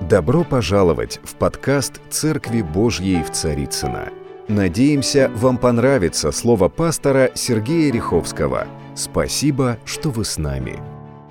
Добро пожаловать в подкаст «Церкви Божьей в Царицыно». Надеемся, вам понравится слово пастора Сергея Риховского. Спасибо, что вы с нами.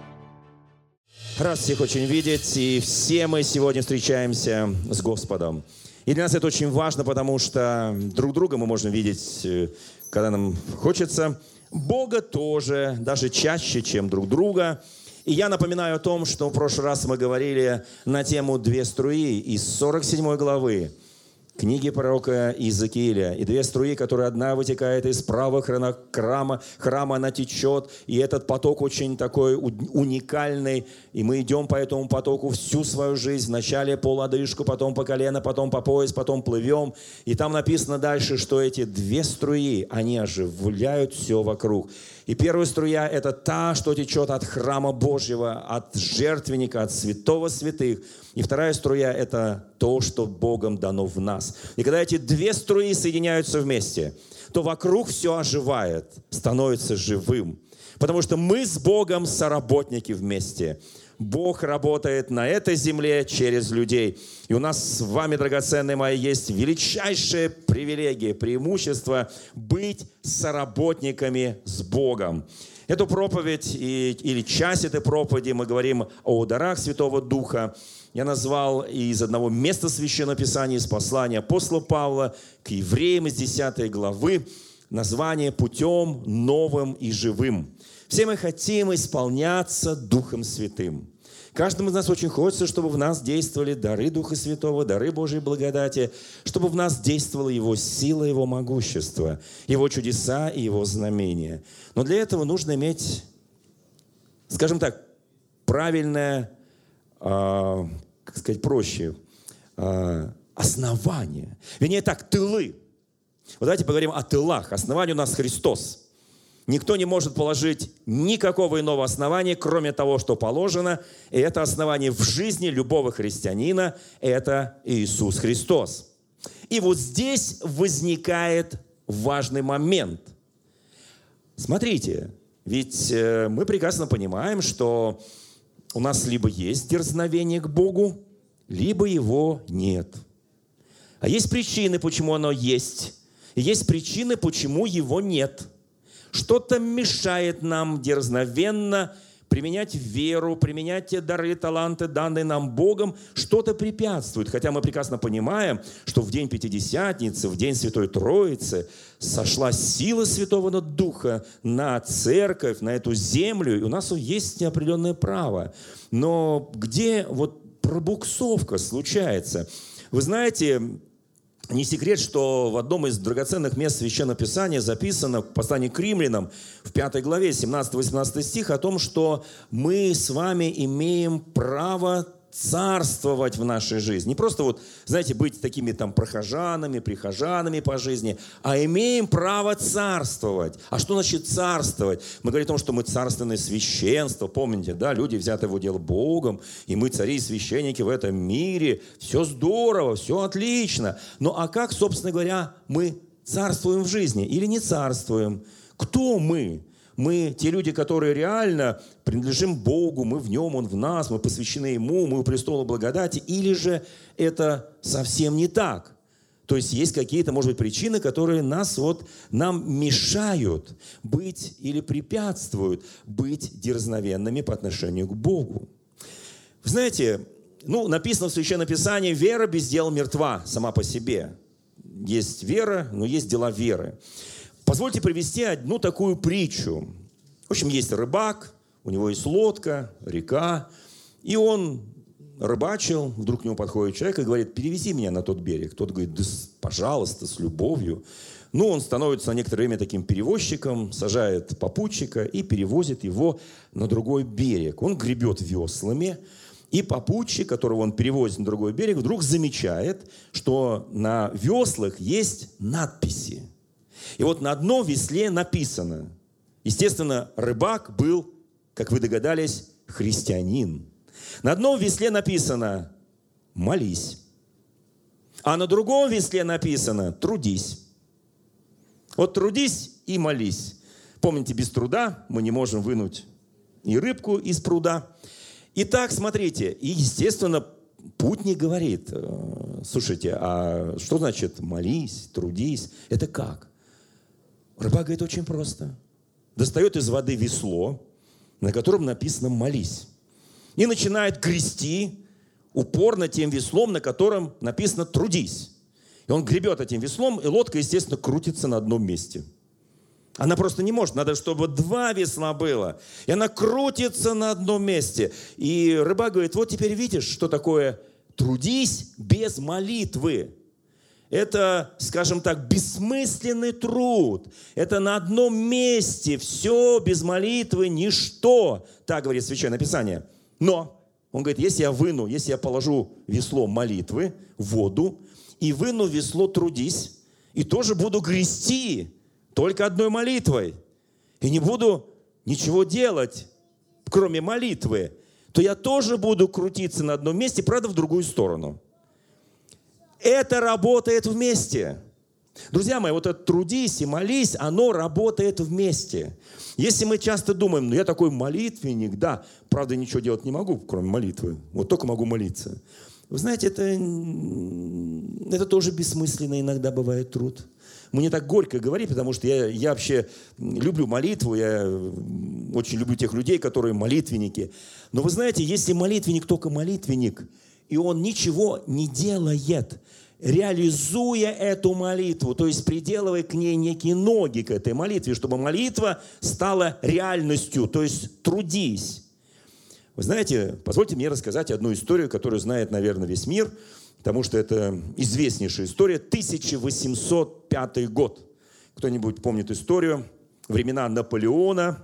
Рад всех очень видеть, и все мы сегодня встречаемся с Господом. И для нас это очень важно, потому что друг друга мы можем видеть, когда нам хочется. Бога тоже, даже чаще, чем друг друга. И я напоминаю о том, что в прошлый раз мы говорили на тему «Две струи» из 47 главы книги пророка Иезекииля. И две струи, которые одна вытекает из правого храма, она течет. И этот поток очень такой уникальный. И мы идем по этому потоку всю свою жизнь. Вначале по лодыжку, потом по колено, потом по пояс, потом плывем. И там написано дальше, что эти две струи, они оживляют все вокруг. И первая струя – это та, что течет от храма Божьего, от жертвенника, от святого святых. И вторая струя – это то, что Богом дано в нас. И когда эти две струи соединяются вместе, то вокруг все оживает, становится живым. Потому что мы с Богом соработники вместе. Бог работает на этой земле через людей. И у нас с вами, драгоценные мои, есть величайшая привилегия, преимущество быть соработниками с Богом. Эту проповедь или часть этой проповеди мы говорим о дарах Святого Духа. Я назвал из одного места Священного Писания, из послания апостола Павла к евреям из 10 главы, название «Путем новым и живым». Все мы хотим исполняться Духом Святым. Каждому из нас очень хочется, чтобы в нас действовали дары Духа Святого, дары Божьей благодати, чтобы в нас действовала Его сила, Его могущество, Его чудеса и Его знамения. Но для этого нужно иметь, скажем так, правильное, как сказать проще, основание. Вернее так, тылы. Вот давайте поговорим о тылах. Основание у нас Христос. Никто не может положить никакого иного основания, кроме того, что положено. И это основание в жизни любого христианина – это Иисус Христос. И вот здесь возникает важный момент. Смотрите, ведь мы прекрасно понимаем, что у нас либо есть дерзновение к Богу, либо его нет. А есть причины, почему оно есть. И есть причины, почему его нет. Что-то мешает нам дерзновенно применять веру, применять те дары, таланты, данные нам Богом. Что-то препятствует. Хотя мы прекрасно понимаем, что в день Пятидесятницы, в день Святой Троицы сошла сила Святого Духа на церковь, на эту землю. И у нас есть определенное право. Но где вот пробуксовка случается? Вы знаете, не секрет, что в одном из драгоценных мест Священного Писания записано в послании к Римлянам в 5 главе 17-18 стих о том, что мы с вами имеем право царствовать в нашей жизни. Не просто вот, знаете, быть такими там прихожанами по жизни, а имеем право царствовать. А что значит царствовать? Мы говорим о том, что мы царственное священство. Помните, да, люди взяты в удел Богом, и мы цари и священники в этом мире. Все здорово, все отлично. Ну а как, собственно говоря, мы царствуем в жизни или не царствуем? Кто мы? Мы те люди, которые реально принадлежим Богу, мы в Нем, Он в нас, мы посвящены Ему, мы у престола благодати, или же это совсем не так? То есть есть какие-то, может быть, причины, которые нам мешают быть или препятствуют быть дерзновенными по отношению к Богу. Вы знаете, написано в Священном Писании, вера без дел мертва сама по себе. Есть вера, но есть дела веры. Позвольте привести одну такую притчу. В общем, есть рыбак, у него есть лодка, река, и он рыбачил, вдруг к нему подходит человек и говорит: перевези меня на тот берег. Тот говорит: да, пожалуйста, с любовью. Он становится на некоторое время таким перевозчиком, сажает попутчика и перевозит его на другой берег. Он гребет веслами, и попутчик, которого он перевозит на другой берег, вдруг замечает, что на веслах есть надписи. И вот на одном весле написано, естественно, рыбак был, как вы догадались, христианин. На одном весле написано «молись», а на другом весле написано «трудись». Вот трудись и молись. Помните, без труда мы не можем вынуть и рыбку из пруда. Итак, смотрите, и, естественно, Путник говорит: слушайте, а что значит молись, трудись? Это как? Рыбак говорит: очень просто. Достает из воды весло, на котором написано «молись». И начинает грести упорно тем веслом, на котором написано «трудись». И он гребет этим веслом, и лодка, естественно, крутится на одном месте. Она просто не может. Надо, чтобы 2 весла было. И она крутится на одном месте. И рыбак говорит: вот теперь видишь, что такое «трудись без молитвы». Это, скажем так, бессмысленный труд. Это на одном месте. Все без молитвы, ничто. Так говорит Священное Писание. Но, он говорит, если я положу весло молитвы в воду, и выну весло «трудись», и тоже буду грести только одной молитвой, и не буду ничего делать, кроме молитвы, то я тоже буду крутиться на одном месте, правда, в другую сторону. Это работает вместе. Друзья мои, вот это «трудись» и «молись», оно работает вместе. Если мы часто думаем: я такой молитвенник, да, правда, ничего делать не могу, кроме молитвы, вот только могу молиться. Вы знаете, это тоже бессмысленно иногда бывает труд. Мне так горько говорить, потому что я вообще люблю молитву, я очень люблю тех людей, которые молитвенники. Но вы знаете, если молитвенник только молитвенник, и он ничего не делает, реализуя эту молитву, то есть приделывая к ней некие ноги, к этой молитве, чтобы молитва стала реальностью, то есть трудись. Вы знаете, позвольте мне рассказать одну историю, которую знает, наверное, весь мир, потому что это известнейшая история. 1805 год. Кто-нибудь помнит историю? Времена Наполеона.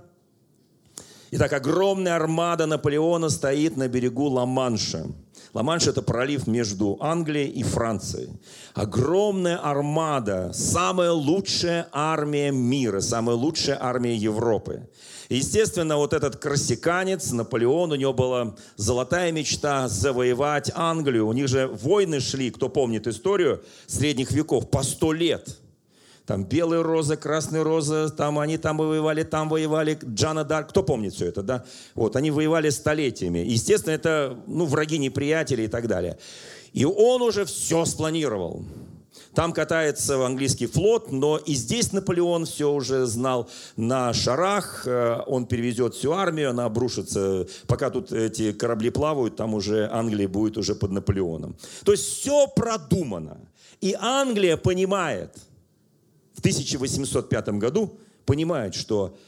Итак, огромная армада Наполеона стоит на берегу Ла-Манша. Ла-Манш – это пролив между Англией и Францией. Огромная армада, самая лучшая армия мира, самая лучшая армия Европы. И, естественно, вот этот корсиканец, Наполеон, у него была золотая мечта завоевать Англию. У них же войны шли, кто помнит историю средних веков, по 100 лет. Там белая роза, красная роза, они там воевали, Жанна д'Арк. Кто помнит все это, да? Вот, они воевали столетиями. Естественно, это враги, неприятели и так далее. И он уже все спланировал. Там катается английский флот, но и здесь Наполеон все уже знал на шарах. Он перевезет всю армию, она обрушится. Пока тут эти корабли плавают, там уже Англия будет уже под Наполеоном. То есть все продумано. И Англия понимает, в 1805 году понимает, что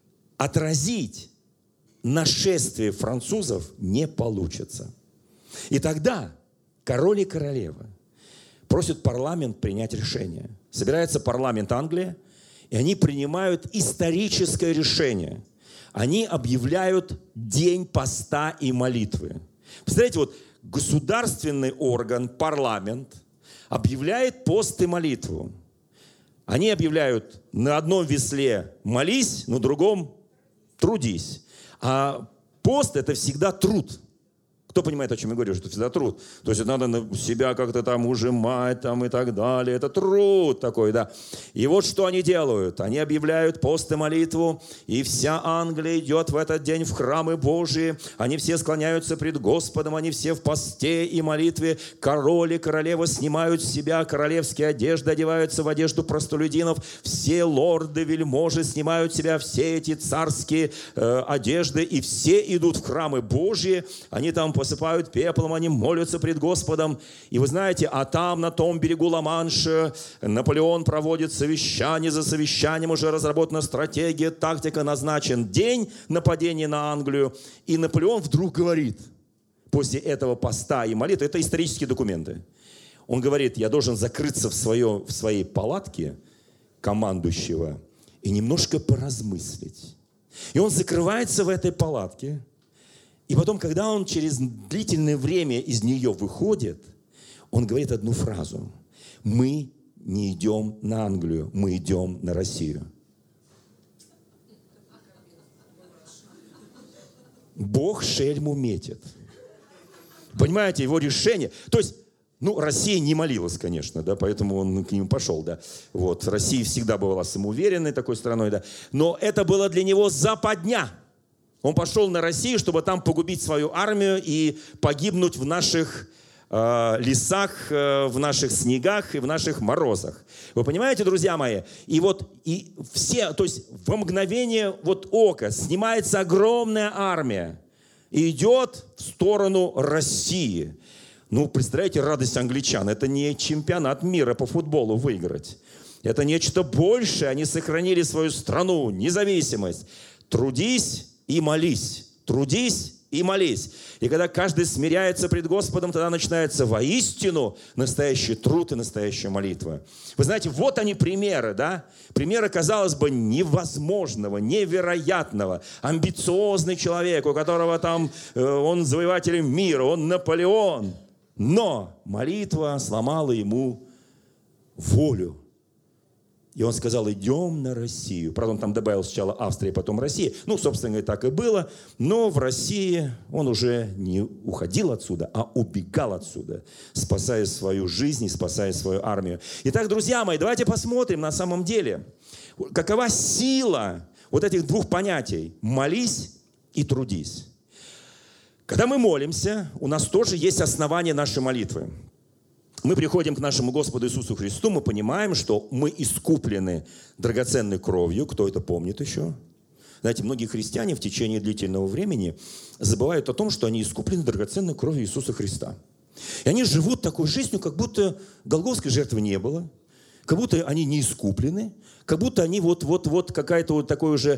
отразить нашествие французов не получится. И тогда король и королева просят парламент принять решение. Собирается парламент Англии, и они принимают историческое решение. Они объявляют день поста и молитвы. Представляете, вот государственный орган, парламент, объявляет пост и молитву. Они объявляют: на одном весле молись, на другом трудись. А пост – это всегда труд. Кто понимает, о чем я говорю, что это всегда труд? То есть надо себя как-то там ужимать там, и так далее. Это труд такой, да. И вот что они делают. Они объявляют пост и молитву, и вся Англия идет в этот день в храмы Божии. Они все склоняются пред Господом, они все в посте и молитве. Король и королева снимают с себя королевские одежды, одеваются в одежду простолюдинов. Все лорды, вельможи снимают с себя все эти царские одежды, и все идут в храмы Божьи. Они там посыпают пеплом, они молятся пред Господом. И вы знаете, а там, на том берегу Ла-Манша, Наполеон проводит совещание, за совещанием уже разработана стратегия, тактика, назначен день нападения на Англию. И Наполеон вдруг говорит, после этого поста и молитвы, это исторические документы, он говорит: я должен закрыться в своей палатке командующего и немножко поразмыслить. И он закрывается в этой палатке. И потом, когда он через длительное время из нее выходит, он говорит одну фразу: мы не идем на Англию, мы идем на Россию. Бог шельму метит. Понимаете, его решение. То есть, Россия не молилась, конечно, да, поэтому он к ним пошел, да. Вот, Россия всегда была самоуверенной такой страной, да. Но это было для него западня. Он пошел на Россию, чтобы там погубить свою армию и погибнуть в наших лесах, в наших снегах и в наших морозах. Вы понимаете, друзья мои? И все, то есть во мгновение ока снимается огромная армия и идет в сторону России. Представляете, радость англичан. Это не чемпионат мира по футболу выиграть. Это нечто большее. Они сохранили свою страну, независимость. Трудись и молись. Трудись и молись. И когда каждый смиряется пред Господом, тогда начинается воистину настоящий труд и настоящая молитва. Вы знаете, вот они примеры, да? Примеры, казалось бы, невозможного, невероятного. Амбициозный человек, у которого он завоеватель мира, он Наполеон. Но молитва сломала ему волю. И он сказал, идем на Россию. Правда, он там добавил сначала Австрия, потом Россия. Собственно говоря, так и было. Но в России он уже не уходил отсюда, а убегал отсюда, спасая свою жизнь и спасая свою армию. Итак, друзья мои, давайте посмотрим на самом деле, какова сила этих двух понятий. Молись и трудись. Когда мы молимся, у нас тоже есть основание нашей молитвы. Мы приходим к нашему Господу Иисусу Христу, мы понимаем, что мы искуплены драгоценной кровью. Кто это помнит еще? Знаете, многие христиане в течение длительного времени забывают о том, что они искуплены драгоценной кровью Иисуса Христа. И они живут такой жизнью, как будто Голгофской жертвы не было, как будто они не искуплены, как будто они какая-то такой уже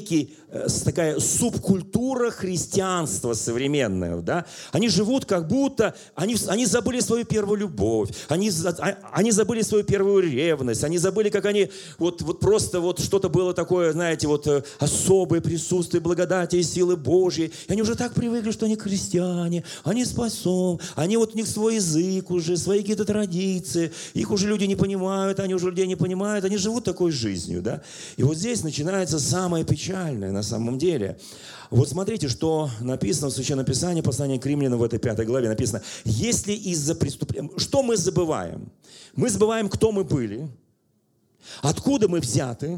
такая субкультура христианства современная, да? Они живут как будто, они забыли свою первую любовь, они забыли свою первую ревность, они забыли, как они просто что-то было такое, знаете, особое присутствие благодати и силы Божьей. И они уже так привыкли, что они христиане, они спасом, у них свой язык уже, свои какие-то традиции, их уже люди не понимают, они уже людей не понимают, они живут такой жизнью, да? И здесь начинается самое печальное на самом деле. Смотрите, что написано в Священном Писании, послание к Римлянам в этой 5 главе написано. Если из-за преступления... Что мы забываем? Мы забываем, кто мы были, откуда мы взяты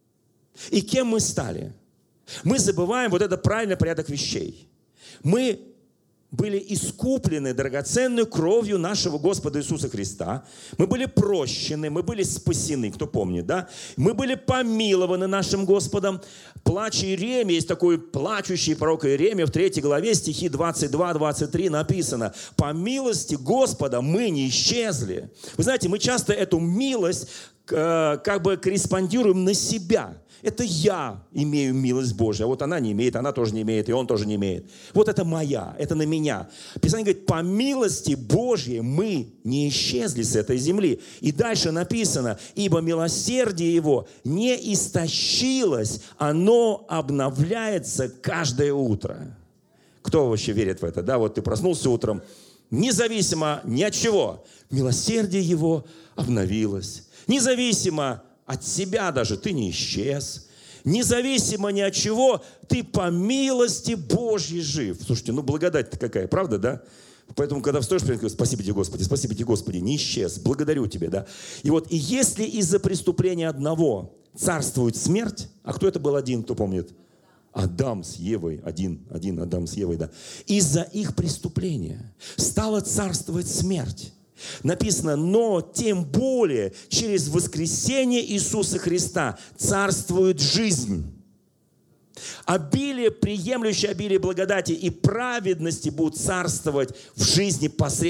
и кем мы стали. Мы забываем этот правильный порядок вещей. Мы были искуплены драгоценной кровью нашего Господа Иисуса Христа. Мы были прощены, мы были спасены, кто помнит, да? Мы были помилованы нашим Господом. Плач Иеремии, есть такой плачущий пророк Иеремия в 3 главе, стихи 22-23 написано. По милости Господа мы не исчезли. Вы знаете, мы часто эту милость корреспондируем на себя. Это я имею милость Божию, а она не имеет, она тоже не имеет, и он тоже не имеет. Это моя, это на меня. Писание говорит, по милости Божьей мы не исчезли с этой земли. И дальше написано, ибо милосердие Его не истощилось, оно обновляется каждое утро. Кто вообще верит в это? Да, ты проснулся утром, независимо ни от чего, милосердие Его обновилось. Независимо от себя даже ты не исчез. Независимо ни от чего, ты по милости Божьей жив. Слушайте, благодать-то какая, правда, да? Поэтому, когда встаешь, говоришь, спасибо тебе, Господи, не исчез, благодарю тебя, да? И если из-за преступления одного царствует смерть, а кто это был один, кто помнит? Адам с Евой, один Адам с Евой, да. Из-за их преступления стала царствовать смерть. Написано, но тем более через воскресение Иисуса Христа царствует жизнь. Приемлющие обилие благодати и праведности будут царствовать в жизни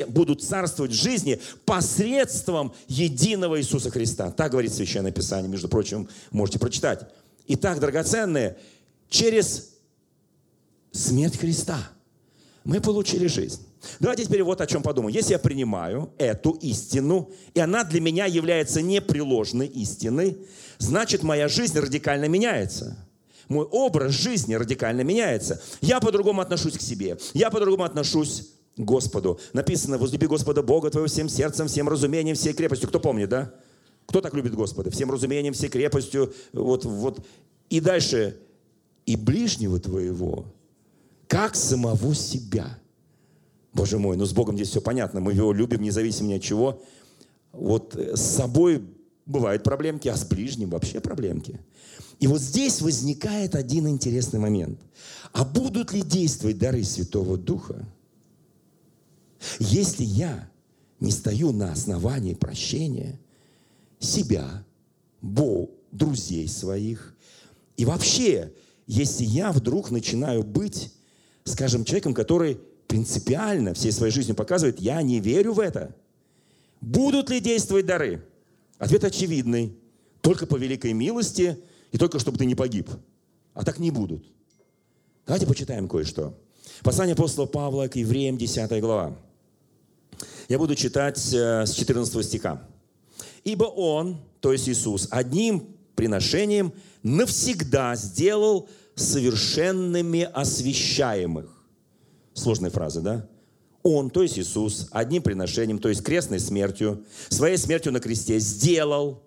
посредством единого Иисуса Христа. Так говорит Священное Писание, между прочим, можете прочитать. Итак, драгоценные, через смерть Христа мы получили жизнь. Давайте теперь о чем подумаем. Если я принимаю эту истину, и она для меня является непреложной истиной, значит, моя жизнь радикально меняется. Мой образ жизни радикально меняется. Я по-другому отношусь к себе. Я по-другому отношусь к Господу. Написано, возлюби Господа Бога твоего всем сердцем, всем разумением, всей крепостью. Кто помнит, да? Кто так любит Господа? Всем разумением, всей крепостью. И дальше. И ближнего твоего, как самого себя. Боже мой, с Богом здесь все понятно. Мы Его любим независимо ни от чего. С собой бывают проблемки, а с ближним вообще проблемки. И здесь возникает один интересный момент. А будут ли действовать дары Святого Духа, Если я не стою на основании прощения себя, Бога, друзей своих, и вообще, если я вдруг начинаю быть, скажем, человеком, который принципиально всей своей жизнью показывает, я не верю в это, будут ли действовать дары? Ответ очевидный. Только по великой милости и только чтобы ты не погиб. А так не будут. Давайте почитаем кое-что. Послание апостола Павла к евреям, 10 глава. Я буду читать с 14 стиха. «Ибо Он, то есть Иисус, одним приношением навсегда сделал совершенными освящаемых». Сложная фраза, да? Он, то есть Иисус, одним приношением, то есть крестной смертью, своей смертью на кресте сделал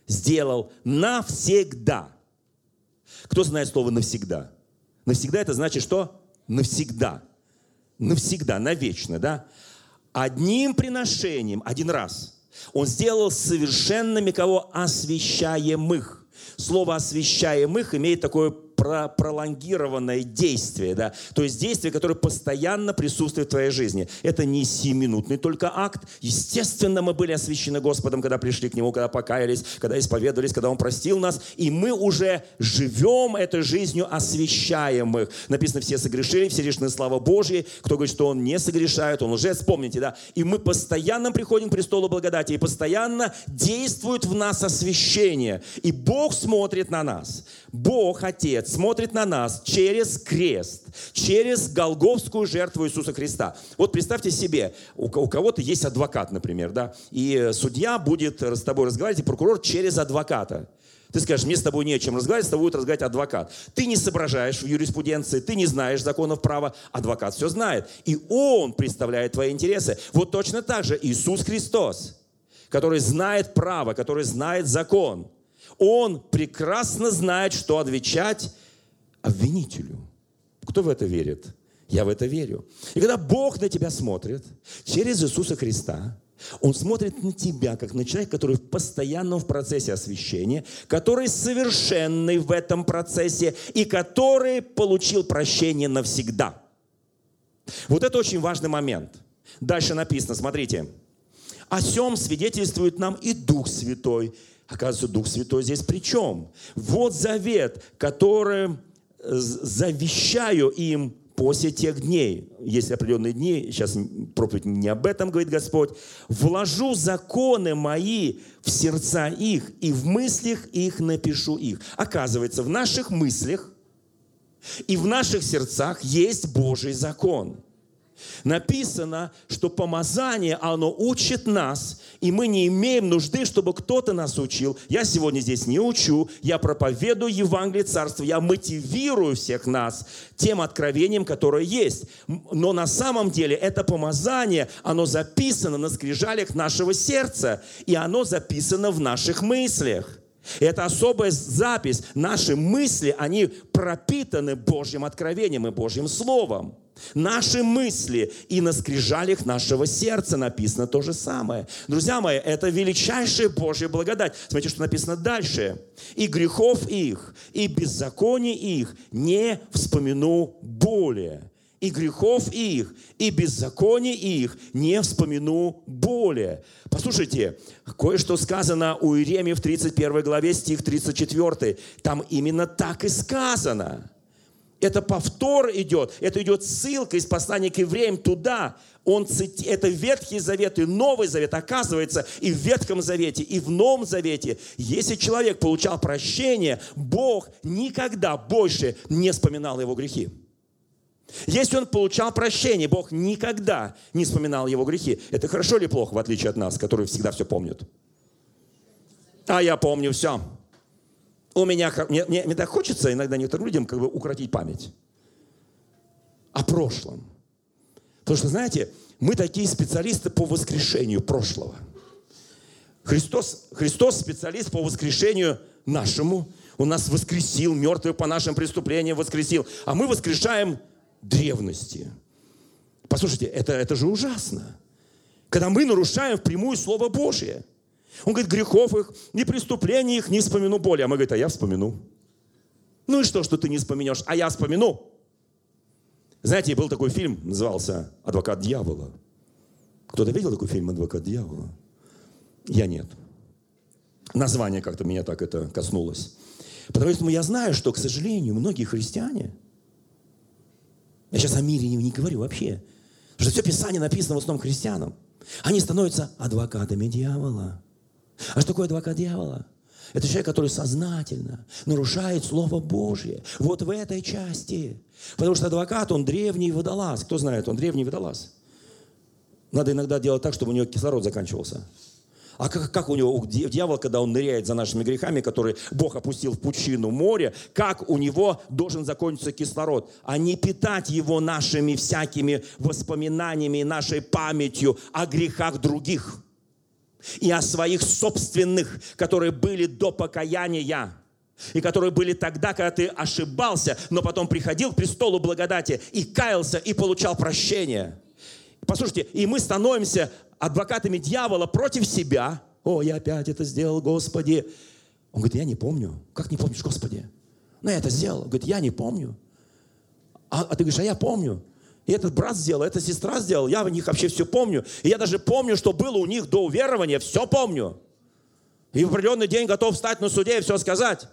навсегда. Кто знает слово «навсегда»? Навсегда это значит что? Навсегда. Навсегда, навечно, да? Одним приношением, один раз, Он сделал совершенными кого? Освящаемых. Слово «освящаемых» имеет такое пролонгированное действие, да? То есть действие, которое постоянно присутствует в твоей жизни. Это не 7-минутный только акт. Естественно, мы были освящены Господом, когда пришли к Нему, когда покаялись, когда исповедовались, когда Он простил нас, и мы уже живем этой жизнью освящаемых. Написано, все согрешили, все лишены славы Божьей. Кто говорит, что он не согрешает, он лжец, помните, да? И мы постоянно приходим к престолу благодати, и постоянно действует в нас освящение. И Бог смотрит на нас. Бог, Отец, смотрит на нас через крест, через голгофскую жертву Иисуса Христа. Вот представьте себе, у кого-то есть адвокат, например, да, и судья будет с тобой разговаривать, и прокурор через адвоката. Ты скажешь, мне с тобой не о чем разговаривать, с тобой будет разговаривать адвокат. Ты не соображаешь в юриспруденции, ты не знаешь законов права, адвокат все знает. И он представляет твои интересы. Вот точно так же Иисус Христос, который знает право, который знает закон, Он прекрасно знает, что отвечать обвинителю. Кто в это верит? Я в это верю. И когда Бог на тебя смотрит через Иисуса Христа, Он смотрит на тебя, как на человека, который постоянно в процессе освящения, который совершенный в этом процессе и который получил прощение навсегда. Вот это очень важный момент. Дальше написано, смотрите. «О сем свидетельствует нам и Дух Святой». Оказывается, Дух Святой здесь при чем? «Вот завет, который завещаю им после тех дней». Есть определенные дни, сейчас проповедь не об этом, говорит Господь. «Вложу законы мои в сердца их, и в мыслях их напишу их». Оказывается, в наших мыслях и в наших сердцах есть Божий закон. Написано, что помазание, оно учит нас, и мы не имеем нужды, чтобы кто-то нас учил. Я сегодня здесь не учу, я проповедую Евангелие Царства, я мотивирую всех нас тем откровением, которое есть. Но на самом деле это помазание, оно записано на скрижалях нашего сердца, и оно записано в наших мыслях. Это особая запись. Наши мысли, они пропитаны Божьим откровением и Божьим Словом. Наши мысли и на скрижалях нашего сердца написано то же самое. Друзья мои, это величайшая Божья благодать. Смотрите, что написано дальше. «И грехов их, и беззаконий их не вспомину более». И грехов их, и беззаконий их не вспомину более. Послушайте, кое-что сказано у Иеремии в 31 главе, стих 34. Там именно так и сказано. Это повтор идет, это идет ссылка из послания к евреям туда. Это Ветхий Завет и Новый Завет. Оказывается, и в Ветхом Завете, и в Новом Завете, если человек получал прощение, Бог никогда больше не вспоминал его грехи. Если он получал прощение, Бог никогда не вспоминал его грехи. Это хорошо или плохо, в отличие от нас, которые всегда все помнят? А я помню все. Мне так хочется иногда некоторым людям как бы укротить память о прошлом. Потому что, знаете, мы такие специалисты по воскрешению прошлого. Христос специалист по воскрешению нашему. Он нас воскресил, мертвых по нашим преступлениям воскресил. А мы воскрешаем древности. Послушайте, это же ужасно. Когда мы нарушаем впрямую Слово Божие. Он говорит, грехов их, ни преступлений их не вспомину более. А мы говорим, а я вспомину. Ну и что ты не вспомнешь? А я вспомину. Знаете, был такой фильм, назывался «Адвокат дьявола». Кто-то видел такой фильм «Адвокат дьявола»? Я нет. Название как-то меня так это коснулось. Потому что я знаю, что, к сожалению, многие христиане, я сейчас о мире не говорю вообще, что все Писание написано в основном христианам, они становятся адвокатами дьявола. А что такое адвокат дьявола? Это человек, который сознательно нарушает Слово Божье. Вот в этой части. Потому что адвокат, он древний водолаз. Кто знает, он древний водолаз. Надо иногда делать так, чтобы у него кислород заканчивался. А как у него, дьявол, когда он ныряет за нашими грехами, которые Бог опустил в пучину моря, как у него должен закончиться кислород? А не питать его нашими всякими воспоминаниями, нашей памятью о грехах других. И о своих собственных, которые были до покаяния. И которые были тогда, когда ты ошибался, но потом приходил к престолу благодати и каялся, и получал прощение. Послушайте, и мы становимся адвокатами дьявола против себя. О, я опять это сделал, Господи. Он говорит, я не помню. Как не помнишь, Господи? Ну, я это сделал. Он говорит, я не помню. А ты говоришь, а я помню. И этот брат сделал, эта сестра сделала. Я в них вообще все помню. И я даже помню, что было у них до уверования. Все помню. И в определенный день готов встать на суде и все сказать.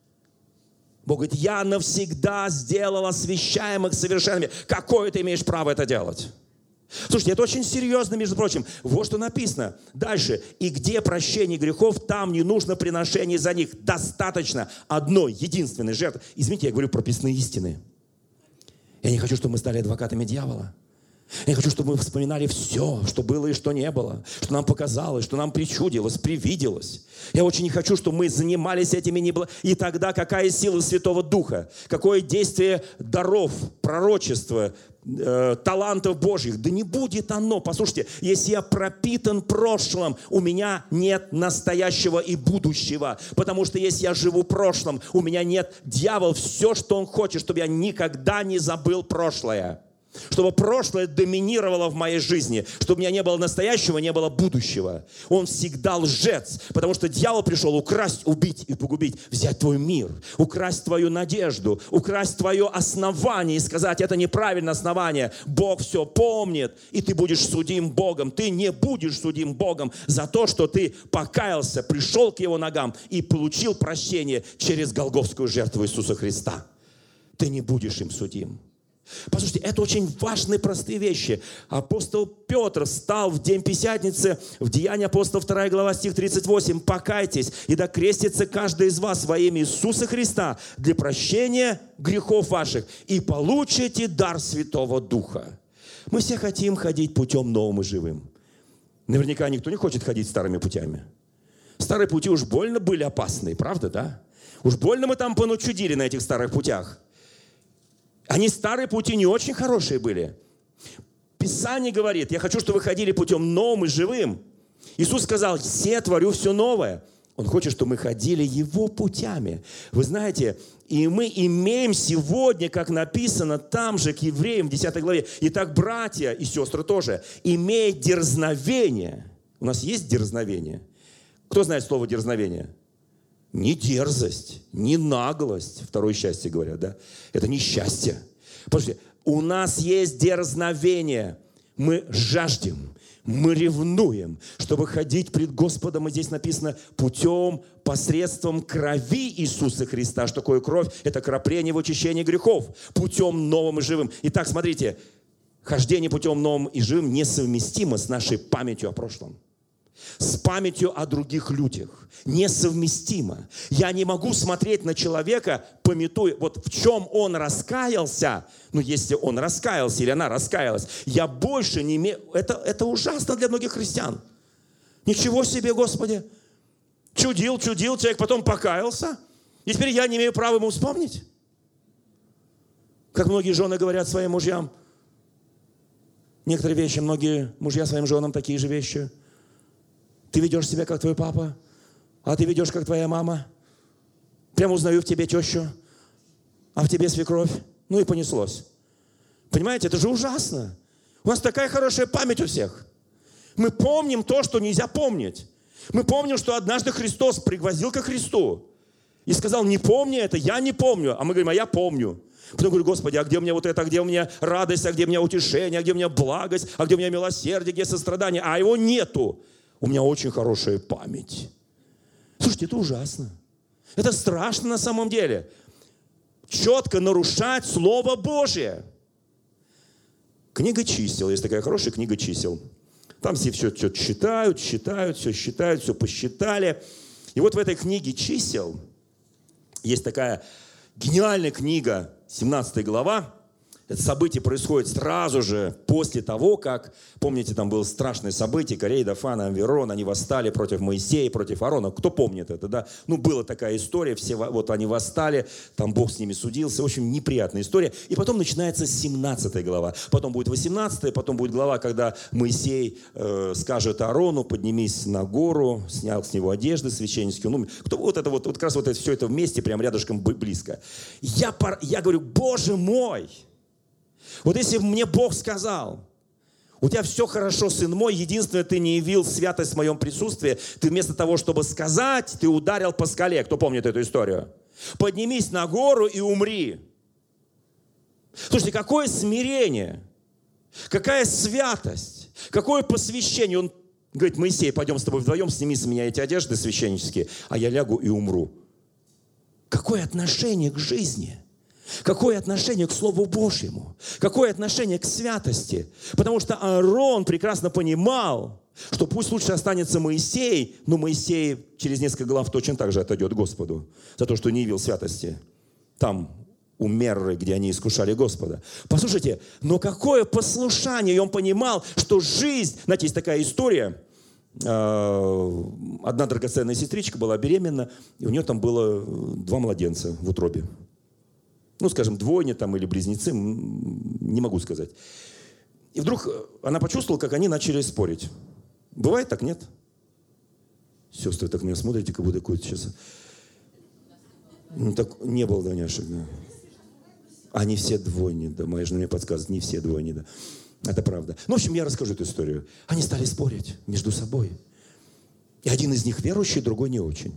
Бог говорит, я навсегда сделал освящаемых совершенными. Какое ты имеешь право это делать? Слушайте, это очень серьезно, между прочим. Вот что написано. Дальше. И где прощение грехов, там не нужно приношение за них. Достаточно одной, единственной жертвы. Извините, я говорю прописные истины. Я не хочу, чтобы мы стали адвокатами дьявола. Я хочу, чтобы мы вспоминали все, что было и что не было, что нам показалось, что нам причудилось, привиделось. Я очень не хочу, чтобы мы занимались этими И тогда какая сила Святого Духа? Какое действие даров, пророчества, талантов Божьих? Да не будет оно. Послушайте, если я пропитан прошлым, у меня нет настоящего и будущего. Потому что если я живу прошлым, у меня нет дьявол. Все, что он хочет, чтобы я никогда не забыл прошлое. Чтобы прошлое доминировало в моей жизни. Чтобы у меня не было настоящего, не было будущего. Он всегда лжец. Потому что дьявол пришел украсть, убить и погубить. Взять твой мир. Украсть твою надежду. Украсть твое основание. И сказать, это неправильное основание. Бог все помнит. И ты будешь судим Богом. Ты не будешь судим Богом за то, что ты покаялся, пришел к Его ногам и получил прощение через голгофскую жертву Иисуса Христа. Ты не будешь им судим. Послушайте, это очень важные, простые вещи. Апостол Петр встал в день Пятидесятницы, в Деянии апостола 2 глава, стих 38. «Покайтесь, и да крестится каждый из вас во имя Иисуса Христа для прощения грехов ваших, и получите дар Святого Духа». Мы все хотим ходить путем новым и живым. Наверняка никто не хочет ходить старыми путями. Старые пути уж больно были опасные, правда, да? Уж больно мы там понучудили на этих старых путях. Они старые пути не очень хорошие были. Писание говорит, я хочу, чтобы вы ходили путем новым и живым. Иисус сказал, «Се творю все новое». Он хочет, чтобы мы ходили Его путями. Вы знаете, и мы имеем сегодня, как написано там же, к евреям в 10 главе, «Итак, братья и сестры тоже, имея дерзновение». У нас есть дерзновение? Кто знает слово дерзновение? Не дерзость, не наглость. Второе счастье, говорят, да? Это не счастье. Послушайте, у нас есть дерзновение. Мы жаждем, мы ревнуем, чтобы ходить пред Господом. И здесь написано, путем, посредством крови Иисуса Христа. Что такое кровь? Это кропление в очищении грехов. Путем новым и живым. Итак, смотрите, хождение путем новым и живым несовместимо с нашей памятью о прошлом. С памятью о других людях. Несовместимо. Я не могу смотреть на человека, памятуя, вот в чем он раскаялся. Ну, если он раскаялся или она раскаялась, я больше не имею... Это ужасно для многих христиан. Ничего себе, Господи. Чудил, человек потом покаялся. И теперь я не имею права ему вспомнить. Как многие жены говорят своим мужьям. Некоторые вещи, многие мужья своим женам такие же вещи. Ты ведешь себя, как твой папа, а ты ведешь, как твоя мама. Прямо узнаю в тебе тещу, а в тебе свекровь. Ну и понеслось. Понимаете, это же ужасно. У нас такая хорошая память у всех. Мы помним то, что нельзя помнить. Мы помним, что однажды Христос пригвоздил ко Христу и сказал, не помни это, я не помню. А мы говорим, а я помню. Потом говорю: Господи, а где у меня вот это, а где у меня радость, а где у меня утешение, а где у меня благость, а где у меня милосердие, где сострадание? А его нету. У меня очень хорошая память. Слушайте, это ужасно. Это страшно на самом деле. Четко нарушать Слово Божие. Книга чисел. Есть такая хорошая книга чисел. Там все что-то считают, все посчитали. И вот в этой книге чисел есть такая гениальная книга, 17 глава. Это событие происходит сразу же после того, как, помните, там было страшное событие, Корей, Дафан, Амвирон, они восстали против Моисея, против Аарона. Кто помнит это, да? Ну, была такая история, все вот они восстали, там Бог с ними судился. В общем, неприятная история. И потом начинается 17 глава. Потом будет 18, потом будет глава, когда Моисей скажет Аарону: поднимись на гору, снял с него одежды священнические. Ну, вот как раз вот это, все это вместе, прям рядышком близко. Я говорю: Боже мой! Вот если бы мне Бог сказал: у тебя все хорошо, сын мой, единственное, ты не явил святость в моем присутствии, ты вместо того, чтобы сказать, ты ударил по скале. Кто помнит эту историю? Поднимись на гору и умри. Слушайте, какое смирение, какая святость, какое посвящение. Он говорит: Моисей, пойдем с тобой вдвоем, сними с меня эти одежды священнические, а я лягу и умру. Какое отношение к жизни? Какое отношение к Слову Божьему? Какое отношение к святости? Потому что Аарон прекрасно понимал, что пусть лучше останется Моисей, но Моисей через несколько глав точно так же отойдет Господу за то, что не явил святости. Там, у Мерры, где они искушали Господа. Послушайте, но какое послушание! И он понимал, что жизнь... Знаете, есть такая история. Одна драгоценная сестричка была беременна, и у нее там было 2 младенца в утробе. Ну, скажем, двойня там или близнецы, не могу сказать. И вдруг она почувствовала, как они начали спорить. Бывает так, нет? Сестры так на меня смотрите, как будто какой-то сейчас... Ну, так не было двойняшек, да. Они все двойни, да, моя жена мне подсказывает, не все двойни, да. Это правда. Ну, в общем, я расскажу эту историю. Они стали спорить между собой. И один из них верующий, другой не очень.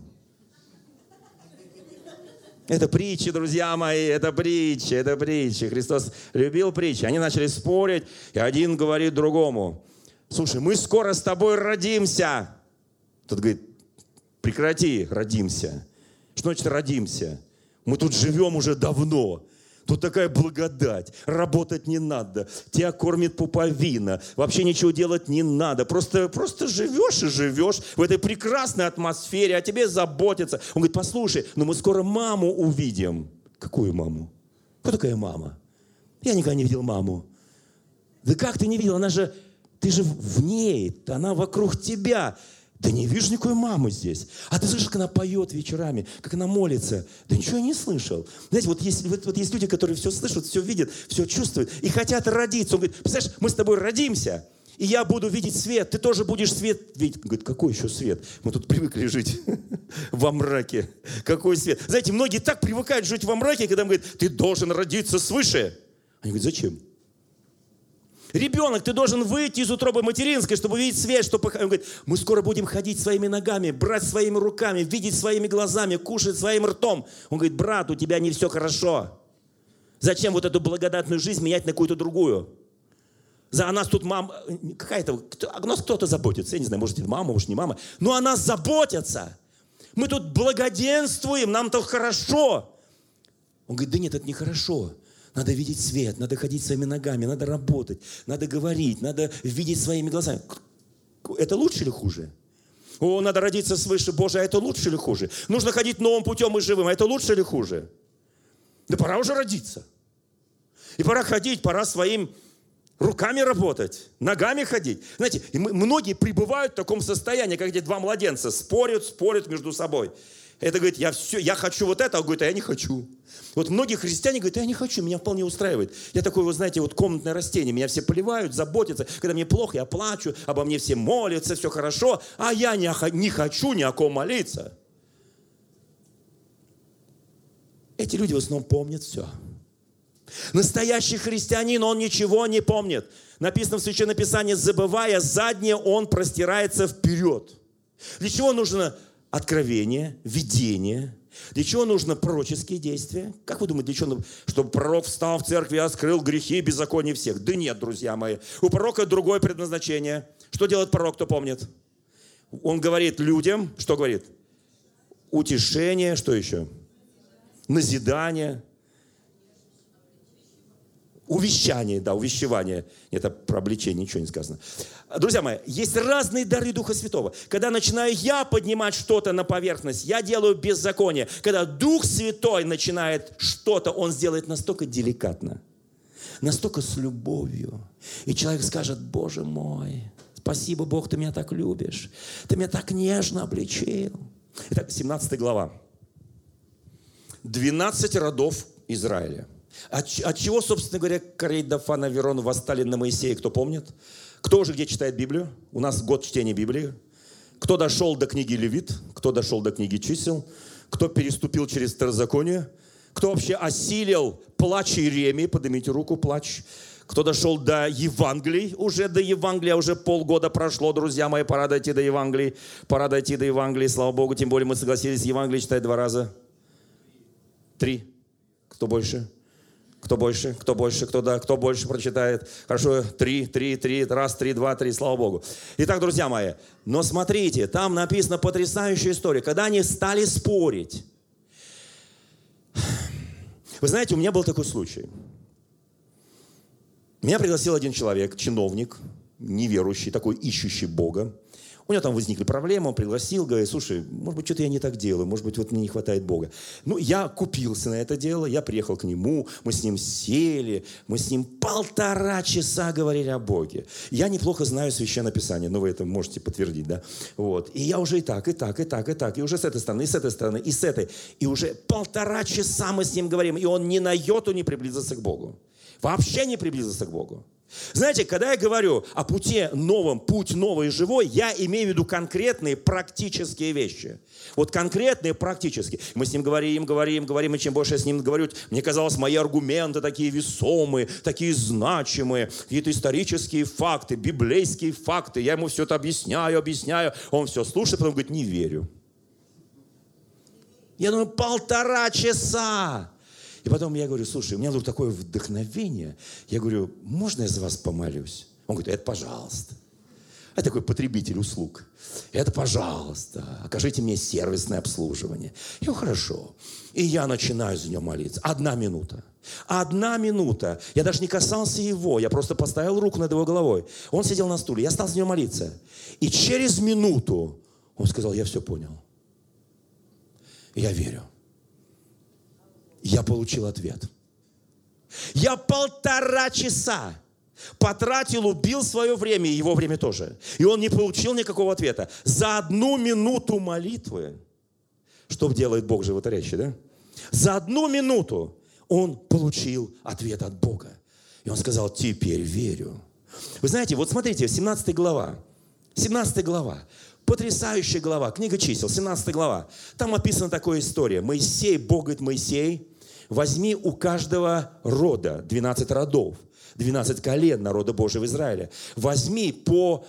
Это притчи, друзья мои, это притчи. Христос любил притчи. Они начали спорить, и один говорит другому: слушай, мы скоро с тобой родимся. Тот говорит: прекрати, родимся. Что значит родимся? Мы тут живем уже давно. Тут такая благодать. Работать не надо. Тебя кормит пуповина. Вообще ничего делать не надо. Просто живешь и живешь в этой прекрасной атмосфере. О тебе заботятся. Он говорит: послушай, но мы скоро маму увидим. Какую маму? Кто такая мама? Я никогда не видел маму. Да как ты не видел? Ты же в ней. Она вокруг тебя. Да не вижу никакой мамы здесь. А ты слышишь, как она поет вечерами, как она молится. Да ничего я не слышал. Знаете, вот есть люди, которые все слышат, все видят, все чувствуют и хотят родиться. Он говорит: представляешь, мы с тобой родимся, и я буду видеть свет, ты тоже будешь свет видеть. Он говорит: какой еще свет? Мы тут привыкли жить во мраке. Какой свет? Знаете, многие так привыкают жить во мраке, когда им говорят: ты должен родиться свыше. Они говорят: зачем? Ребенок, ты должен выйти из утробы материнской, чтобы увидеть свет. Он говорит: мы скоро будем ходить своими ногами, брать своими руками, видеть своими глазами, кушать своим ртом. Он говорит: брат, у тебя не все хорошо. Зачем вот эту благодатную жизнь менять на какую-то другую? За нас тут мама, о нас кто-то заботится. Я не знаю, может, это мама, может, не мама. Но о нас заботятся. Мы тут благоденствуем, нам то хорошо. Он говорит: да нет, это нехорошо. Надо видеть свет, надо ходить своими ногами, надо работать, надо говорить, надо видеть своими глазами. Это лучше или хуже? Надо родиться свыше, Боже, а это лучше или хуже? Нужно ходить новым путем и живым, а это лучше или хуже? Да пора уже родиться. И пора ходить, пора своим руками работать, ногами ходить. Знаете, многие пребывают в таком состоянии, как эти 2 младенца спорят между собой. Это говорит: я хочу вот это, а он говорит: а я не хочу. Вот многие христиане говорят: я не хочу, меня вполне устраивает. Я такой, вот знаете, вот комнатное растение, меня все поливают, заботятся. Когда мне плохо, я плачу, обо мне все молятся, все хорошо, а я не хочу ни о ком молиться. Эти люди в основном помнят все. Настоящий христианин, он ничего не помнит. Написано в Священном Писании: забывая заднее, он простирается вперед. Для чего нужно откровение, видение? Для чего нужно пророческие действия? Как вы думаете, для чего? Чтобы пророк встал в церкви и открыл грехи и беззакония всех? Да нет, друзья мои. У пророка другое предназначение. Что делает пророк, кто помнит? Он говорит людям, что говорит? Утешение, что еще? Назидание. Увещание, да, увещевание. Это про обличение, ничего не сказано. Друзья мои, есть разные дары Духа Святого. Когда начинаю я поднимать что-то на поверхность, я делаю беззаконие. Когда Дух Святой начинает что-то, Он сделает настолько деликатно, настолько с любовью. И человек скажет: Боже мой, спасибо, Бог, Ты меня так любишь. Ты меня так нежно обличил. Итак, 17 глава. 12 родов Израиля. От чего, собственно говоря, Корей, Дафан, Аверон восстали на Моисея, кто помнит? Кто уже где читает Библию? У нас год чтения Библии. Кто дошел до книги Левит? Кто дошел до книги Чисел? Кто переступил через Второзаконие? Кто вообще осилил плач Иеремии? Поднимите руку, плач. Кто дошел до Евангелий? Уже до Евангелия, уже полгода прошло, друзья мои, пора дойти до Евангелий. Пора дойти до Евангелия, слава Богу, тем более мы согласились Евангелие читать 2 раза. 3. Кто больше? Кто больше? Кто больше? Кто больше прочитает? Хорошо, 3. Раз, 3, 2, 3. Слава Богу. Итак, друзья мои, но смотрите, там написана потрясающая история. Когда они стали спорить. Вы знаете, у меня был такой случай. Меня пригласил один человек, чиновник, неверующий, такой ищущий Бога. У него там возникли проблемы, он пригласил, говорит: слушай, может быть, что-то я не так делаю, может быть, вот мне не хватает Бога. Ну, я купился на это дело, я приехал к нему, мы с ним сели, мы с ним 1,5 часа говорили о Боге. Я неплохо знаю Священное Писание, но вы это можете подтвердить, да? Вот. И я уже и так, и уже с этой стороны, и с этой стороны, и с этой. И уже 1,5 часа мы с ним говорим, и он ни на йоту не приблизился к Богу. Вообще не приблизился к Богу. Знаете, когда я говорю о пути новом, путь новый и живой, я имею в виду конкретные практические вещи. Вот конкретные практические. Мы с ним говорим, и чем больше я с ним говорю, мне казалось, мои аргументы такие весомые, такие значимые, какие-то исторические факты, библейские факты. Я ему все это объясняю. Он все слушает, потом говорит: не верю. Я думаю, 1,5 часа. И потом я говорю: слушай, у меня вдруг такое вдохновение. Я говорю: можно я за вас помолюсь? Он говорит: это пожалуйста. Я такой потребитель услуг. Это пожалуйста. Окажите мне сервисное обслуживание. И хорошо. И я начинаю за него молиться. 1 минута. 1 минута. Я даже не касался его. Я просто поставил руку над его головой. Он сидел на стуле. Я стал за него молиться. И через минуту он сказал: я все понял. Я верю. Я получил ответ. Я 1,5 часа потратил, убил свое время, и его время тоже. И он не получил никакого ответа. За 1 минуту молитвы, что делает Бог животворящий, да? За 1 минуту он получил ответ от Бога. И он сказал: теперь верю. Вы знаете, вот смотрите, 17 глава. 17 глава. Потрясающая глава. Книга Чисел, 17 глава. Там описана такая история. Моисей, Бог говорит: Моисей, возьми у каждого рода, 12 родов, 12 колен народа Божьего Израиля. Возьми по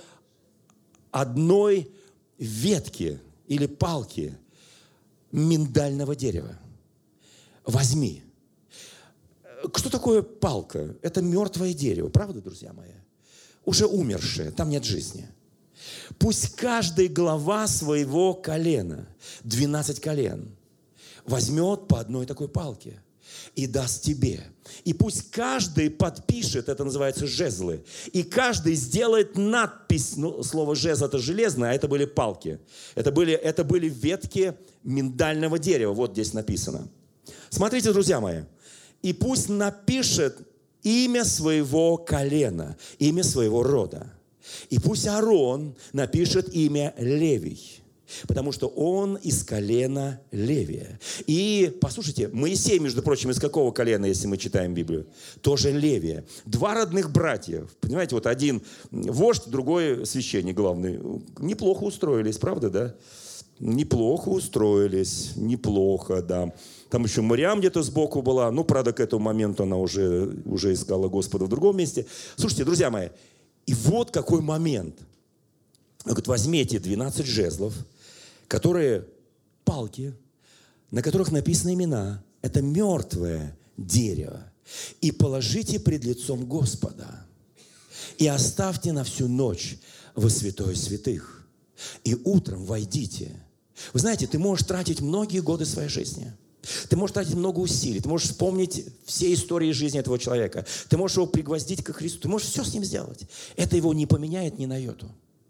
1 ветке или палке миндального дерева. Возьми. Что такое палка? Это мертвое дерево, правда, друзья мои? Уже умершее, там нет жизни. Пусть каждый глава своего колена, 12 колен, возьмет по 1 такой палке и даст тебе. И пусть каждый подпишет, это называется жезлы, и каждый сделает надпись, слово жезл это железное, а это были палки. Это были ветки миндального дерева, вот здесь написано. Смотрите, друзья мои, и пусть напишет имя своего колена, имя своего рода. И пусть Аарон напишет имя Левий, потому что он из колена Левия. И, послушайте, Моисей, между прочим, из какого колена, если мы читаем Библию? Тоже Левия. 2 родных братьев. Понимаете, вот один вождь, другой священник главный. Неплохо устроились, правда, да? Неплохо устроились, неплохо, да. Там еще Мариам где-то сбоку была. Ну, правда, к этому моменту она уже искала Господа в другом месте. Слушайте, друзья мои, и вот какой момент. Он говорит: возьмите 12 жезлов, которые палки, на которых написаны имена. Это мертвое дерево. И положите пред лицом Господа. И оставьте на всю ночь во святое святых. И утром войдите. Вы знаете, ты можешь тратить многие годы своей жизни. Ты можешь тратить много усилий. Ты можешь вспомнить все истории жизни этого человека. Ты можешь его пригвоздить ко Христу. Ты можешь все с ним сделать. Это его не поменяет ни на йоту.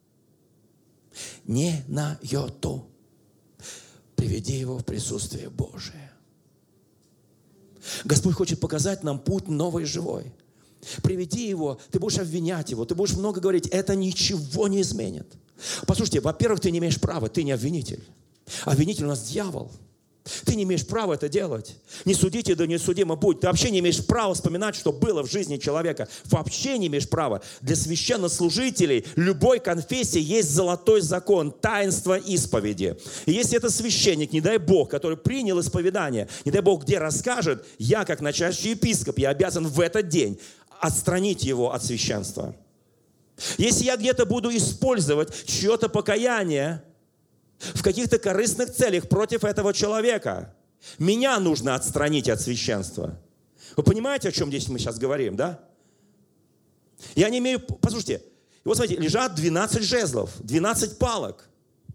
Не на йоту. Приведи его в присутствие Божие. Господь хочет показать нам путь новый и живой. Приведи его, ты будешь обвинять его, ты будешь много говорить, это ничего не изменит. Послушайте, во-первых, ты не имеешь права, ты не обвинитель. Обвинитель у нас дьявол. Ты не имеешь права это делать. Не судите, да не судимо будь. Ты вообще не имеешь права вспоминать, что было в жизни человека. Вообще не имеешь права. Для священнослужителей любой конфессии есть золотой закон, таинство исповеди. И если это священник, не дай Бог, который принял исповедание, не дай Бог, где расскажет, я, как начальствующий епископ, я обязан в этот день отстранить его от священства. Если я где-то буду использовать чье-то покаяние в каких-то корыстных целях против этого человека, меня нужно отстранить от священства. Вы понимаете, о чем здесь мы сейчас говорим, да? Я не имею... Послушайте, вот смотрите, лежат 12 жезлов, 12 палок.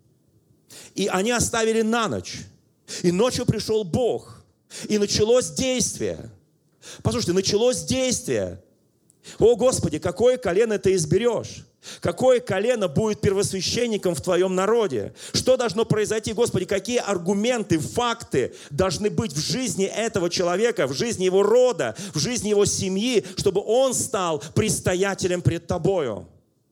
И они оставили на ночь. И ночью пришел Бог. И началось действие. Послушайте, началось действие. О, Господи, какое колено ты изберешь? Какое колено будет первосвященником в твоем народе? Что должно произойти, Господи? Какие аргументы, факты должны быть в жизни этого человека, в жизни его рода, в жизни его семьи, чтобы он стал предстоятелем пред тобою?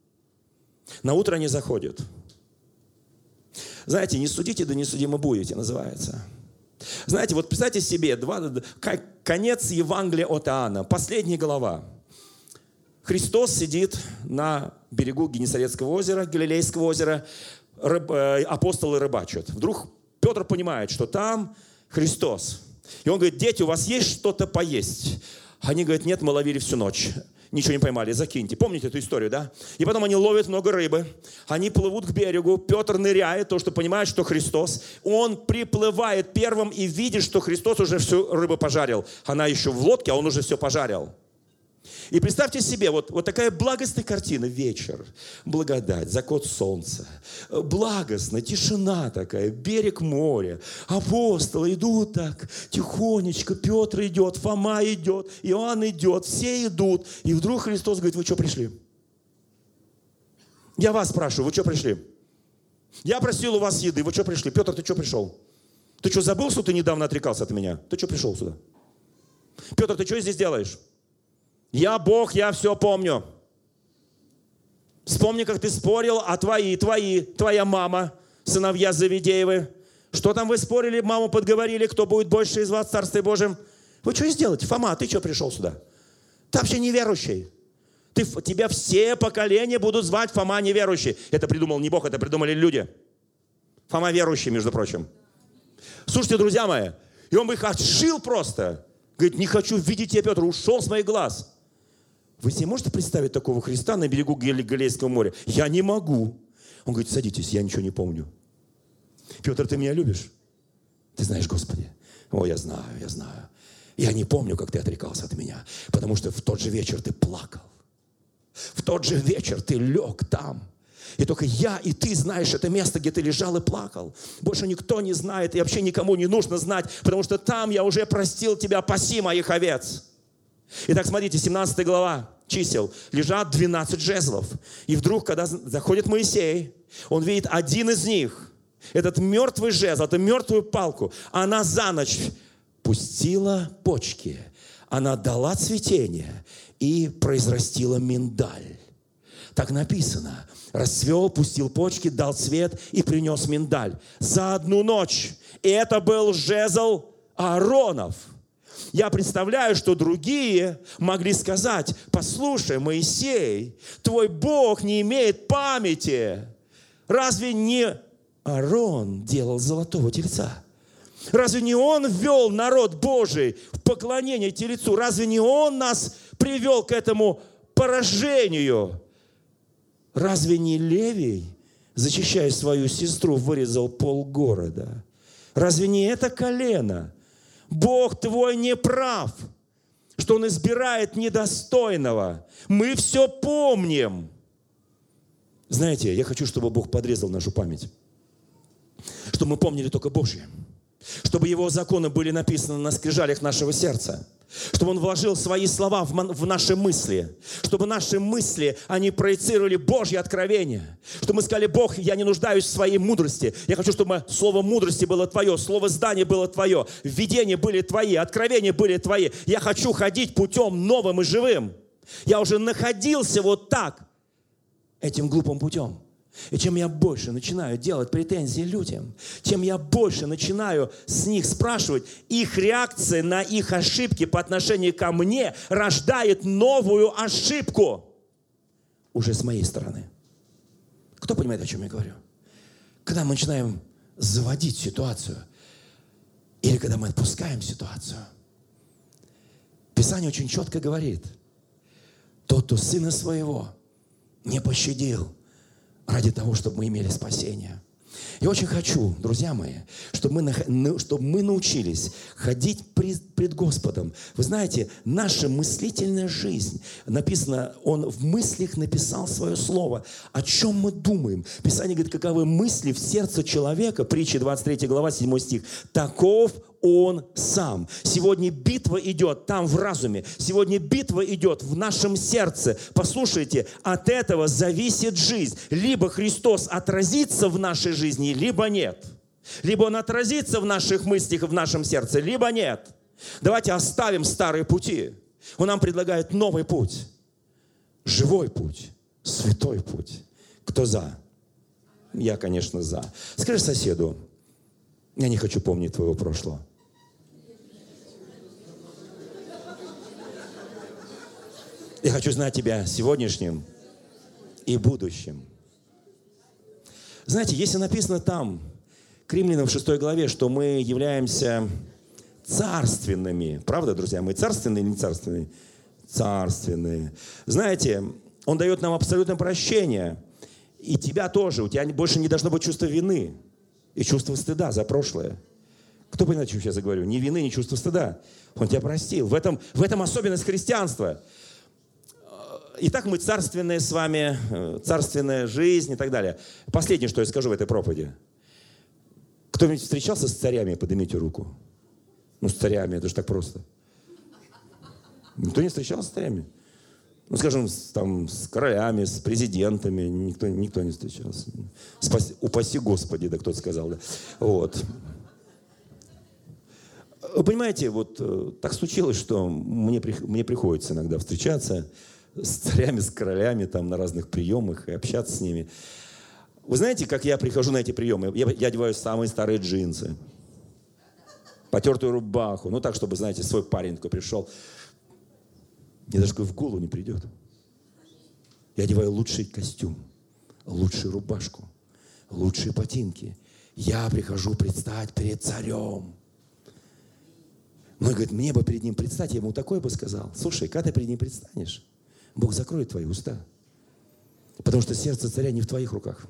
На утро они заходят. Знаете, не судите, да не судимы будете, называется. Знаете, вот представьте себе, конец Евангелия от Иоанна, последняя глава. Христос сидит на берегу Генесарецкого озера, Галилейского озера, апостолы рыбачат. Вдруг Петр понимает, что там Христос. И он говорит: дети, у вас есть что-то поесть? Они говорят: нет, мы ловили всю ночь. Ничего не поймали, закиньте. Помните эту историю, да? И потом они ловят много рыбы. Они плывут к берегу. Петр ныряет, то, что понимает, что Христос. Он приплывает первым и видит, что Христос уже всю рыбу пожарил. Она еще в лодке, а он уже все пожарил. И представьте себе, вот такая благостная картина, вечер, благодать, закат солнца, благостно, тишина такая, берег моря, апостолы идут так тихонечко, Петр идет, Фома идет, Иоанн идет, все идут, и вдруг Христос говорит: вы что пришли? Я вас спрашиваю, вы что пришли? Я просил у вас еды, вы что пришли? Петр, ты что пришел? Ты что, забыл, что ты недавно отрекался от меня? Ты что пришел сюда? Петр, ты что здесь делаешь? Я Бог, я все помню. Вспомни, как ты спорил, а твоя мама, сыновья Завидеевы. Что там вы спорили, маму подговорили, кто будет больше из вас в Царстве Божьем? Вы что сделаете? Фома, ты что пришел сюда? Ты вообще неверующий. Тебя все поколения будут звать Фома неверующий. Это придумал не Бог, это придумали люди. Фома верующий, между прочим. Слушайте, друзья мои, и он бы их отшил просто. Говорит: не хочу видеть тебя, Петр, ушел с моих глаз. Вы себе можете представить такого Христа на берегу Галилейского моря? Я не могу. Он говорит: садитесь, я ничего не помню. Петр, ты меня любишь? Ты знаешь, Господи. О, я знаю. Я не помню, как ты отрекался от меня, потому что в тот же вечер ты плакал. В тот же вечер ты лег там. И только я и ты знаешь это место, где ты лежал и плакал. Больше никто не знает, и вообще никому не нужно знать, потому что там я уже простил тебя, паси моих овец. Итак, смотрите, 17 глава чисел. Лежат 12 жезлов. И вдруг, когда заходит Моисей, он видит один из них. Этот мертвый жезл, эту мертвую палку, она за ночь пустила почки. Она дала цветение и произрастила миндаль. Так написано. Расцвел, пустил почки, дал цвет и принес миндаль. За одну ночь. И это был жезл Ааронов. Я представляю, что другие могли сказать: послушай, Моисей, твой Бог не имеет памяти. Разве не Аарон делал золотого тельца? Разве не он ввел народ Божий в поклонение тельцу? Разве не он нас привел к этому поражению? Разве не Левий, защищая свою сестру, вырезал полгорода? Разве не это колено? Бог твой не прав, что Он избирает недостойного. Мы все помним. Знаете, я хочу, чтобы Бог подрезал нашу память. Чтобы мы помнили только Божье. Чтобы Его законы были написаны на скрижалях нашего сердца. Чтобы Он вложил свои слова в наши мысли. Чтобы наши мысли, они проецировали Божье откровение. Чтобы мы сказали: Бог, я не нуждаюсь в своей мудрости. Я хочу, чтобы слово мудрости было Твое, слово знания было Твое, видения были Твои, откровения были Твои. Я хочу ходить путем новым и живым. Я уже находился вот так, этим глупым путем. И чем я больше начинаю делать претензии людям, чем я больше начинаю с них спрашивать, их реакция на их ошибки по отношению ко мне рождает новую ошибку уже с моей стороны. Кто понимает, о чем я говорю? Когда мы начинаем заводить ситуацию, или когда мы отпускаем ситуацию, Писание очень четко говорит: тот, кто сына своего не пощадил, ради того, чтобы мы имели спасение. Я очень хочу, друзья мои, чтобы мы научились ходить пред Господом. Вы знаете, наша мыслительная жизнь, написано, Он в мыслях написал свое слово. О чем мы думаем? Писание говорит, каковы мысли в сердце человека, притча 23 глава, 7 стих, таков он сам. Сегодня битва идет там в разуме. Сегодня битва идет в нашем сердце. Послушайте, от этого зависит жизнь. Либо Христос отразится в нашей жизни, либо нет. Либо Он отразится в наших мыслях и в нашем сердце, либо нет. Давайте оставим старые пути. Он нам предлагает новый путь. Живой путь. Святой путь. Кто за? Я, конечно, за. Скажи соседу: я не хочу помнить твоего прошлого. Я хочу знать тебя сегодняшним и будущим. Знаете, если написано там, к Римлянам в 6 главе, что мы являемся царственными. Правда, друзья? Мы царственные или не царственные? Царственные. Знаете, Он дает нам абсолютное прощение. И тебя тоже. У тебя больше не должно быть чувства вины и чувства стыда за прошлое. Кто понимает, о чем я сейчас говорю? Ни вины, ни чувства стыда. Он тебя простил. В этом особенность христианства. Итак, мы царственные с вами, царственная жизнь и так далее. Последнее, что я скажу в этой проповеди. Кто-нибудь встречался с царями? Поднимите руку. Ну, с царями, это же так просто. Никто не встречался с царями? Ну, скажем, с королями, с президентами. Никто не встречался. Упаси Господи, да кто-то сказал. Да. Вот. Вы понимаете, вот так случилось, что мне приходится иногда встречаться с царями, с королями там, на разных приемах и общаться с ними. Вы знаете, как я прихожу на эти приемы? Я одеваю самые старые джинсы, потертую рубаху. Ну так, чтобы, знаете, свой парень такой пришел. Мне даже такой в голову не придет. Я одеваю лучший костюм, лучшую рубашку, лучшие ботинки. Я прихожу предстать перед царем. Он говорит, мне бы перед ним предстать. Я ему такое бы сказал. Слушай, когда ты перед ним предстанешь, Бог закроет твои уста. Потому что сердце царя не в твоих руках.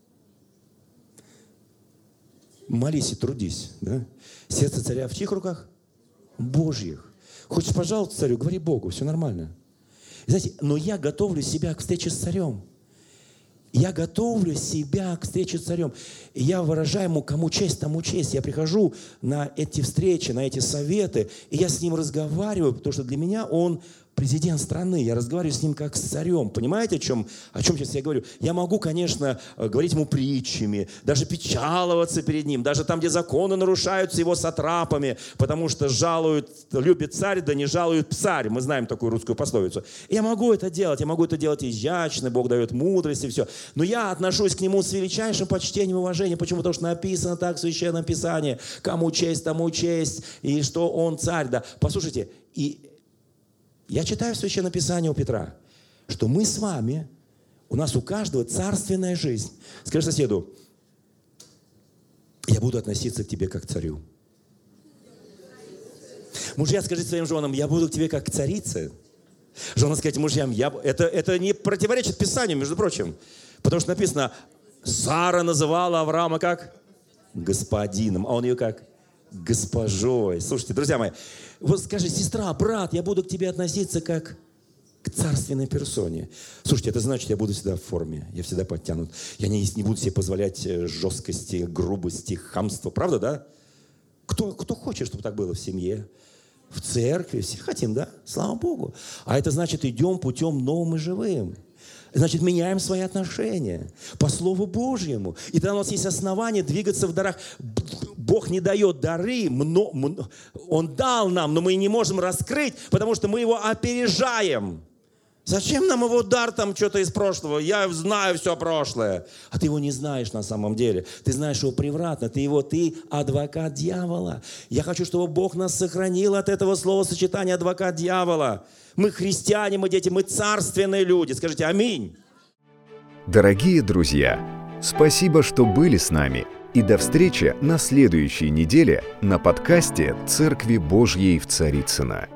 Молись и трудись. Да? Сердце царя в чьих руках? Божьих. Хочешь пожаловаться царю, говори Богу, все нормально. И знаете, но я готовлю себя к встрече с царем. Я готовлю себя к встрече с царем. И я выражаю ему, кому честь, тому честь. Я прихожу на эти встречи, на эти советы, и я с ним разговариваю, потому что для меня он президент страны. Я разговариваю с ним как с царем. Понимаете, о чем сейчас я говорю? Я могу, конечно, говорить ему притчами, даже печаловаться перед ним, даже там, где законы нарушаются его сатрапами, потому что любит царь, да не жалует псарь. Мы знаем такую русскую пословицу. И я могу это делать изящно, Бог дает мудрость и все. Но я отношусь к нему с величайшим почтением и уважением. Почему? Потому что написано так в Священном Писании. Кому честь, тому честь, и что он царь. Да. Послушайте, и я читаю в Священном Писании у Петра, что мы с вами, у нас у каждого царственная жизнь. Скажи соседу, я буду относиться к тебе как к царю. Мужья, скажите своим женам, я буду к тебе как к царице. Жена скажет мужьям, это не противоречит Писанию, между прочим. Потому что написано, Сара называла Авраама как господином, а он ее как? Госпожой. Слушайте, друзья мои, вот скажи, сестра, брат, я буду к тебе относиться как к царственной персоне. Слушайте, это значит, я буду всегда в форме, я всегда подтянут. Я не буду себе позволять жесткости, грубости, хамства. Правда, да? Кто хочет, чтобы так было в семье, в церкви? Все хотим, да? Слава Богу. А это значит, идем путем новым и живым. Значит, меняем свои отношения по Слову Божьему. И тогда у нас есть основания двигаться в дарах. Бог не дает дары, Он дал нам, но мы не можем раскрыть, потому что мы его опережаем. Зачем нам его дар там что-то из прошлого? Я знаю все прошлое. А ты его не знаешь на самом деле. Ты знаешь его превратно. Ты адвокат дьявола. Я хочу, чтобы Бог нас сохранил от этого словосочетания адвокат дьявола. Мы христиане, мы дети, мы царственные люди. Скажите аминь. Дорогие друзья, спасибо, что были с нами. И до встречи на следующей неделе на подкасте «Церкви Божьей в Царицыно».